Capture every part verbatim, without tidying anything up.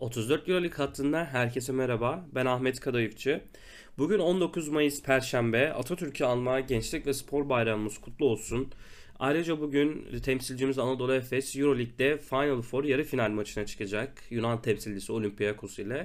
otuz dört Euroleague hattından herkese merhaba. Ben Ahmet Kadayıfçı. Bugün on dokuz Mayıs Perşembe. Atatürk'ü anma Gençlik ve Spor Bayramımız kutlu olsun. Ayrıca bugün temsilcimiz Anadolu Efes Euroleague'de Final Four yarı final maçına çıkacak. Yunan temsilcisi Olympiakos ile.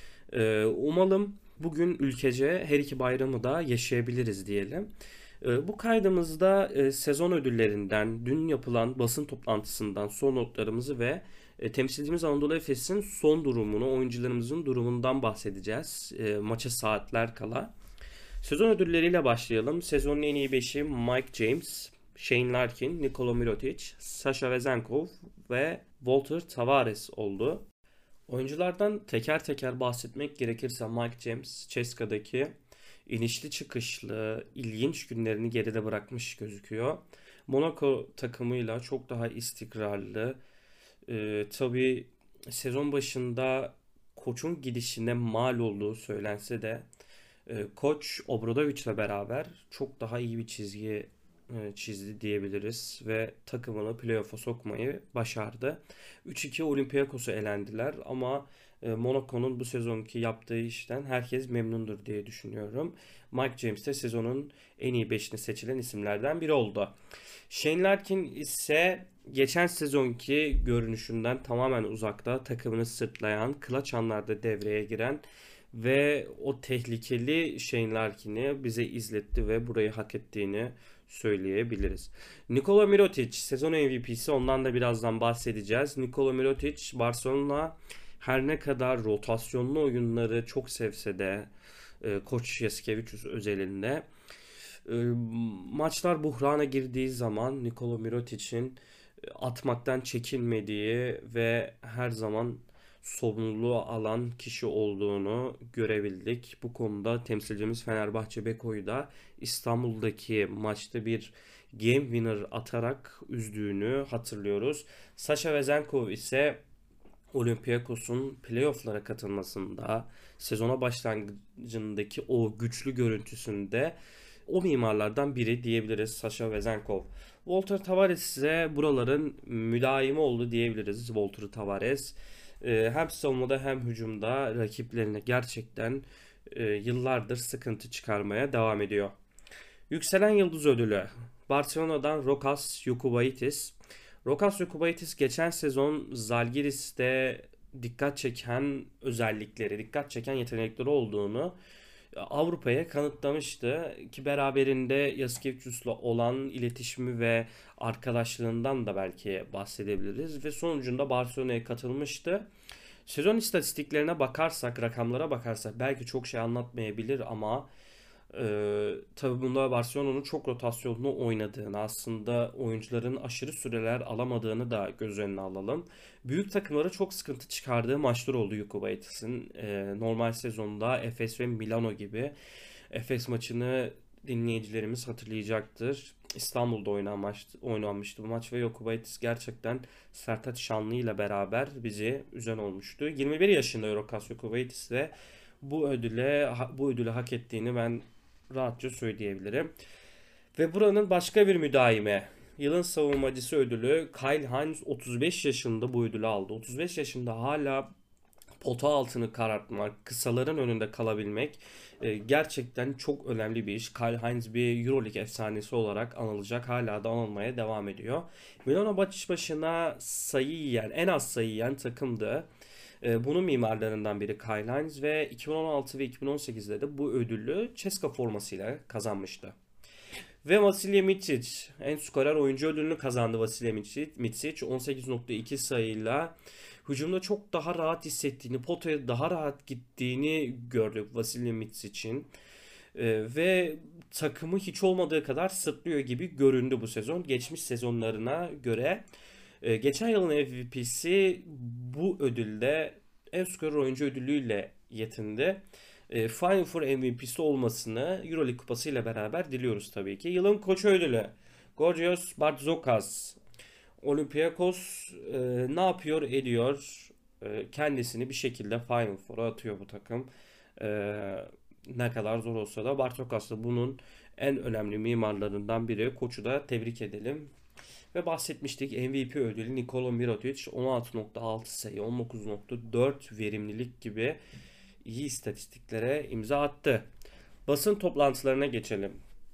Ee, umalım bugün ülkece her iki bayramı da yaşayabiliriz diyelim. Ee, Bu kaydımızda e, sezon ödüllerinden, dün yapılan basın toplantısından son notlarımızı ve e, temsilcimiz Anadolu Efes'in son durumunu, oyuncularımızın durumundan bahsedeceğiz. E, maça saatler kala. Sezon ödülleriyle başlayalım. Sezonun en iyi beşi Mike James, Shane Larkin, Nikola Mirotic, Sasha Vezenkov ve Walter Tavares oldu. Oyunculardan teker teker bahsetmek gerekirse Mike James, Ceska'daki inişli çıkışlı, ilginç günlerini geride bırakmış gözüküyor. Monaco takımıyla çok daha istikrarlı. Ee, tabii sezon başında koçun gidişine mal olduğu söylense de e, koç Obradovic'le beraber çok daha iyi bir çizgi e, çizdi diyebiliriz ve takımını playoff'a sokmayı başardı. üç iki Olympiakos'a elendiler ama e, Monaco'nun bu sezonki yaptığı işten herkes memnundur diye düşünüyorum. Mike James de sezonun en iyi beşine seçilen isimlerden biri oldu. Shane Larkin ise geçen sezonki görünüşünden tamamen uzakta, takımını sırtlayan, clutch anlarda devreye giren ve o tehlikeli Shane Larkin'i bize izletti ve burayı hak ettiğini söyleyebiliriz. Nikola Mirotic sezon M V P'si, ondan da birazdan bahsedeceğiz. Nikola Mirotic Barcelona her ne kadar rotasyonlu oyunları çok sevse de e, Koç Jasikevičius özelinde e, maçlar buhrana girdiği zaman Nikola Mirotic'in atmaktan çekinmediği ve her zaman sorumluluğu alan kişi olduğunu görebildik. Bu konuda temsilcimiz Fenerbahçe Beko'yu da İstanbul'daki maçta bir game winner atarak üzdüğünü hatırlıyoruz. Sasha Vezenkov ise Olympiakos'un playoff'lara katılmasında, sezona başlangıcındaki o güçlü görüntüsünde o mimarlardan biri diyebiliriz Sasha Vezenkov. Walter Tavares ise buraların mülayimi oldu diyebiliriz. Walter Tavares e, hem savunmada hem hücumda rakiplerine gerçekten e, yıllardır sıkıntı çıkarmaya devam ediyor. Yükselen Yıldız Ödülü Barcelona'dan Rokas Jokubaitis. Rokas Jokubaitis geçen sezon Zalgiris'te dikkat çeken özellikleri, dikkat çeken yetenekleri olduğunu Avrupa'ya kanıtlamıştı ki beraberinde Jasikevičius'la olan iletişimi ve arkadaşlığından da belki bahsedebiliriz ve sonucunda Barcelona'ya katılmıştı. Sezon istatistiklerine bakarsak, rakamlara bakarsak belki çok şey anlatmayabilir ama ee, tabii bunda Barcelona'nın çok rotasyonlu oynadığını, aslında oyuncuların aşırı süreler alamadığını da göz önüne alalım. Büyük takımlara çok sıkıntı çıkardığı maçlar oldu Jokubaitis'in. Ee, normal sezonda Efes ve Milano gibi. Efes maçını dinleyicilerimiz hatırlayacaktır. İstanbul'da oynanmıştı, oynanmıştı bu maç ve Jokubaitis gerçekten Sertaç Şanlı ile beraber bizi üzen olmuştu. yirmi bir yaşında Eurokas Jokubaitis ve bu ödüle bu ödülü hak ettiğini ben rahatça söyleyebilirim. Ve buranın başka bir müdaime, yılın savunmacısı ödülü Kyle Hines otuz beş yaşında bu ödülü aldı. otuz beş yaşında hala pota altını karartmak, kısaların önünde kalabilmek e, gerçekten çok önemli bir iş. Kyle Hines bir Euroleague efsanesi olarak anılacak. Hala da anılmaya devam ediyor. Milano maç başına sayı yiyen, en az sayı yiyen takımdı. E, Bunun mimarlarından biri Kyle Hines ve iki bin on altı ve iki bin on sekizde de bu ödülü Ceska formasıyla kazanmıştı. Ve Vasilya Micic en skorer oyuncu ödülünü kazandı. Vasilya Micic on sekiz nokta iki sayıyla hücumda çok daha rahat hissettiğini, potaya daha rahat gittiğini gördük Vasilya Micic'in. Ee, ve takımı hiç olmadığı kadar sırtlıyor gibi göründü bu sezon. Geçmiş sezonlarına göre. Ee, geçen yılın M V P'si bu ödülde en skorer oyuncu ödülüyle yetindi. E, Final Four M V P'si olmasını Euroleague kupası ile beraber diliyoruz tabii ki. Yılın koçu ödülü Georgios Bartzokas. Olympiakos e, ne yapıyor ediyor? E, kendisini bir şekilde Final Four'a atıyor bu takım. E, Ne kadar zor olsa da Bartzokas da bunun en önemli mimarlarından biri. Koçu da tebrik edelim. Ve bahsetmiştik M V P ödülü Nikola Mirotic on altı nokta altı sayı, on dokuz nokta dört verimlilik gibi iyi istatistiklere imza attı. Basın toplantılarına geçelim.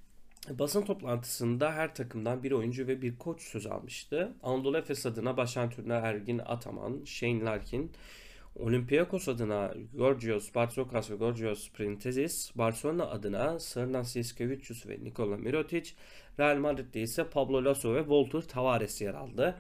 Basın toplantısında her takımdan bir oyuncu ve bir koç söz almıştı. Anadolu Efes adına Başantürk'üne Ergin Ataman, Shane Larkin, Olympiakos adına Georgios Bartzokas ve Georgios Printezis, Barcelona adına Sırnas Yaskevicius ve Nikola Mirotic, Real Madrid'de ise Pablo Laso ve Walter Tavares yer aldı.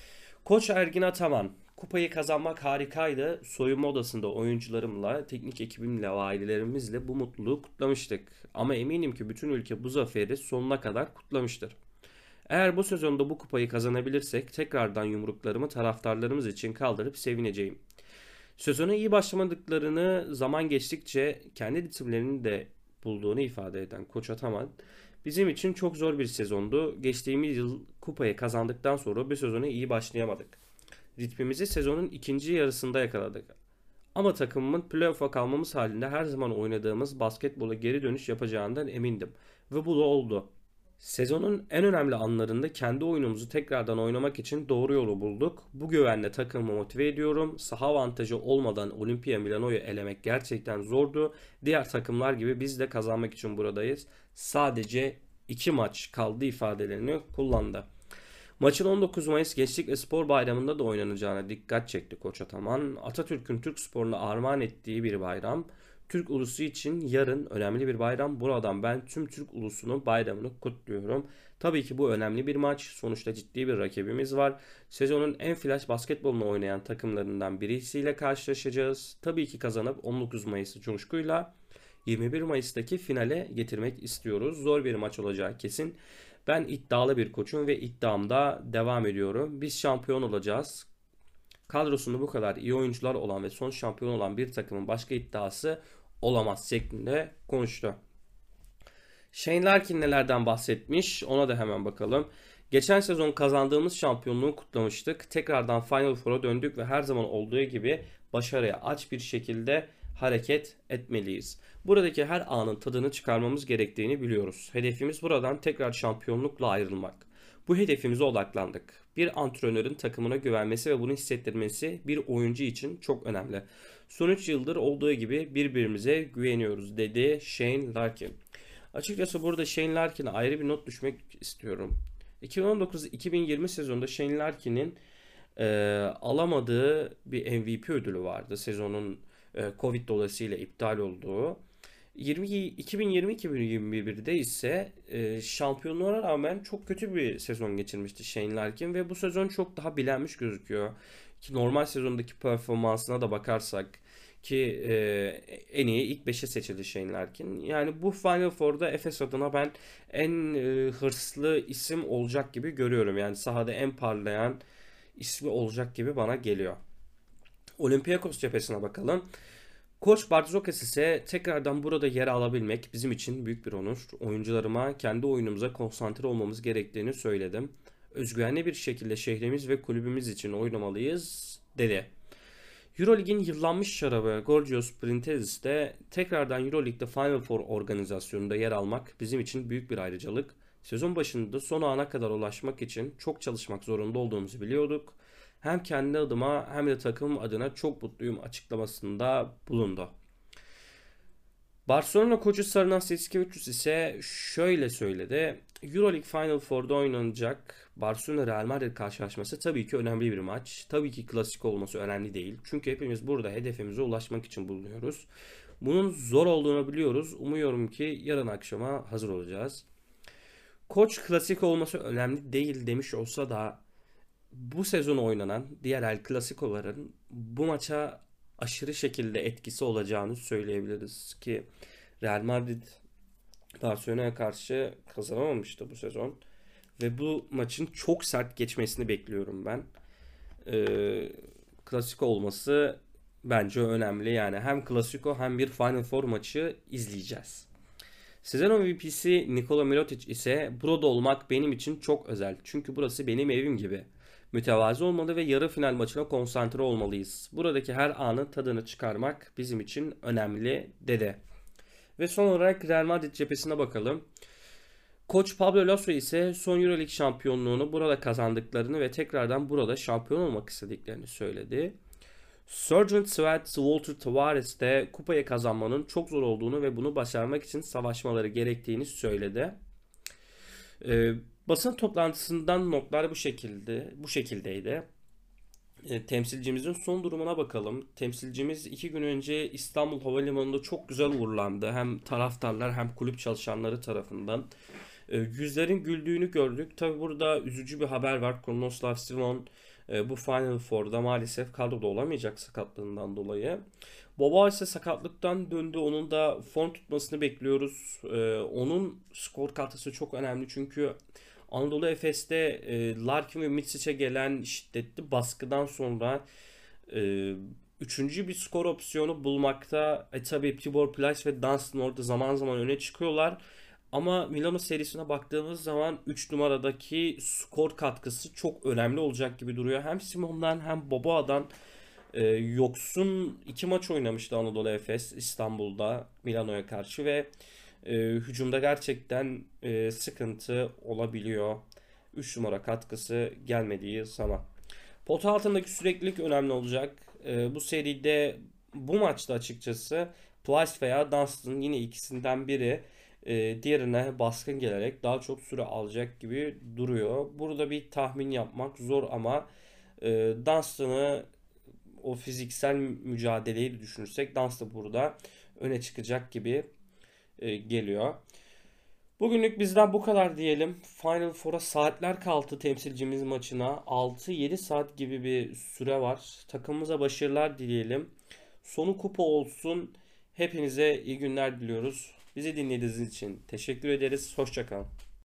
Koç Ergin Ataman, kupayı kazanmak harikaydı. Soyunma odasında oyuncularımla, teknik ekibimle ve ailelerimizle bu mutluluğu kutlamıştık. Ama eminim ki bütün ülke bu zaferi sonuna kadar kutlamıştır. Eğer bu sezonda bu kupayı kazanabilirsek tekrardan yumruklarımı taraftarlarımız için kaldırıp sevineceğim. Sezona iyi başlamadıklarını zaman geçtikçe kendi ritimlerini de bulduğunu ifade eden Koç Ataman, bizim için çok zor bir sezondu. Geçtiğimiz yıl kupayı kazandıktan sonra bir sezona iyi başlayamadık. Ritmimizi sezonun ikinci yarısında yakaladık. Ama takımımın playoff'a kalmamız halinde her zaman oynadığımız basketbola geri dönüş yapacağından emindim. Ve bu da oldu. Sezonun en önemli anlarında kendi oyunumuzu tekrardan oynamak için doğru yolu bulduk. Bu güvenle takımımı motive ediyorum. Saha avantajı olmadan Olimpia Milano'yu elemek gerçekten zordu. Diğer takımlar gibi biz de kazanmak için buradayız. Sadece iki maç kaldı ifadelerini kullandı. Maçın on dokuz Mayıs Gençlik ve Spor Bayramı'nda da oynanacağına dikkat çekti Koç Ataman. Atatürk'ün Türk sporuna armağan ettiği bir bayram. Türk ulusu için yarın önemli bir bayram. Buradan ben tüm Türk ulusunun bayramını kutluyorum. Tabii ki bu önemli bir maç. Sonuçta ciddi bir rakibimiz var. Sezonun en flash basketbolunu oynayan takımlarından birisiyle karşılaşacağız. Tabii ki kazanıp on dokuz Mayıs'ı coşkuyla yirmi bir Mayıs'taki finale getirmek istiyoruz. Zor bir maç olacağı kesin. Ben iddialı bir koçum ve iddiamda devam ediyorum. Biz şampiyon olacağız. Kadrosunda bu kadar iyi oyuncular olan ve son şampiyon olan bir takımın başka iddiası olamaz şeklinde konuştu. Shane Larkin nelerden bahsetmiş ona da hemen bakalım. Geçen sezon kazandığımız şampiyonluğu kutlamıştık. Tekrardan Final Four'a döndük ve her zaman olduğu gibi başarıya aç bir şekilde hareket etmeliyiz. Buradaki her anın tadını çıkarmamız gerektiğini biliyoruz. Hedefimiz buradan tekrar şampiyonlukla ayrılmak. Bu hedefimize odaklandık. Bir antrenörün takımına güvenmesi ve bunu hissettirmesi bir oyuncu için çok önemli. Son üç yıldır olduğu gibi birbirimize güveniyoruz dedi Shane Larkin. Açıkçası burada Shane Larkin'e ayrı bir not düşmek istiyorum. iki bin on dokuz iki bin yirmi sezonunda Shane Larkin'in e, alamadığı bir M V P ödülü vardı. Sezonun e, Covid dolayısıyla iptal olduğu. iki bin yirmi iki bin yirmi birde ise e, şampiyonluğa rağmen çok kötü bir sezon geçirmişti Shane Larkin ve bu sezon çok daha bilenmiş gözüküyor. Ki normal sezondaki performansına da bakarsak ki e, en iyi ilk beşe seçildi Shane Larkin. Yani bu Final Four'da Efes adına ben en e, hırslı isim olacak gibi görüyorum. Yani sahada en parlayan ismi olacak gibi bana geliyor. Olympiakos cephesine bakalım. Koç Bartzokas ise tekrardan burada yer alabilmek bizim için büyük bir onur. Oyuncularıma kendi oyunumuza konsantre olmamız gerektiğini söyledim. Özgüvenli bir şekilde şehrimiz ve kulübümüz için oynamalıyız dedi. Euroleague'in yıllanmış şarabı Georgios Printezis de tekrardan Euroleague'de Final Four organizasyonunda yer almak bizim için büyük bir ayrıcalık. Sezon başında son ana kadar ulaşmak için çok çalışmak zorunda olduğumuzu biliyorduk. Hem kendi adıma hem de takım adına çok mutluyum açıklamasında bulundu. Barcelona koçu Sırnas Yaskevicius ise şöyle söyledi. Euroleague Final Four'da oynanacak Barcelona Real Madrid karşılaşması tabii ki önemli bir maç. Tabii ki klasik olması önemli değil. Çünkü hepimiz burada hedefimize ulaşmak için bulunuyoruz. Bunun zor olduğunu biliyoruz. Umuyorum ki yarın akşama hazır olacağız. Koç klasik olması önemli değil demiş olsa da bu sezon oynanan diğer El Clasico'ların bu maça aşırı şekilde etkisi olacağını söyleyebiliriz ki Real Madrid Barcelona'ya karşı kazanamamıştı bu sezon ve bu maçın çok sert geçmesini bekliyorum ben. Ee, Klasiko olması bence önemli yani hem Klasiko hem bir Final Four maçı izleyeceğiz. Sezon M V P'si Nikola Mirotic ise burada olmak benim için çok özel çünkü burası benim evim gibi. Mütevazi olmalı ve yarı final maçına konsantre olmalıyız. Buradaki her anın tadını çıkarmak bizim için önemli dedi. Ve son olarak Real Madrid cephesine bakalım. Koç Pablo Lasso ise son Euroleague şampiyonluğunu burada kazandıklarını ve tekrardan burada şampiyon olmak istediklerini söyledi. Sergeant Sweat Walter Tavares de kupayı kazanmanın çok zor olduğunu ve bunu başarmak için savaşmaları gerektiğini söyledi. Ee, basın toplantısından notlar bu şekilde, bu şekildeydi. E, temsilcimizin son durumuna bakalım. Temsilcimiz iki gün önce İstanbul Havalimanı'nda çok güzel uğurlandı. Hem taraftarlar hem kulüp çalışanları tarafından. E, yüzlerin güldüğünü gördük. Tabi burada üzücü bir haber var. Krunoslav Simon e, bu Final Four'da maalesef kadroda olamayacak sakatlığından dolayı. Boba ise sakatlıktan döndü. Onun da form tutmasını bekliyoruz. E, onun skor katkısı çok önemli çünkü Anadolu Efes'te e, Larkin ve Mitsic'e gelen şiddetli baskıdan sonra e, üçüncü bir skor opsiyonu bulmakta. E tabi Tibor Plyce ve Dunstan orada zaman zaman öne çıkıyorlar. Ama Milano serisine baktığımız zaman üç numaradaki skor katkısı çok önemli olacak gibi duruyor. Hem Simon'dan hem Boboa'dan e, yoksun iki maç oynamıştı Anadolu Efes İstanbul'da Milano'ya karşı ve e, hücumda gerçekten e, sıkıntı olabiliyor. üç numara katkısı gelmediği zaman. Pota altındaki süreklilik önemli olacak. E, bu seride bu maçta açıkçası Plyce veya Dunstan yine ikisinden biri e, diğerine baskın gelerek daha çok süre alacak gibi duruyor. Burada bir tahmin yapmak zor ama e, Dunstan'ı o fiziksel mücadeleyi düşünürsek Dunstan burada öne çıkacak gibi e, geliyor. Bugünlük bizden bu kadar diyelim. Final Four'a saatler kaldı temsilcimiz maçına. altı yedi saat gibi bir süre var. Takımımıza başarılar dileyelim. Sonu kupa olsun. Hepinize iyi günler diliyoruz. Bizi dinlediğiniz için teşekkür ederiz. Hoşça kalın.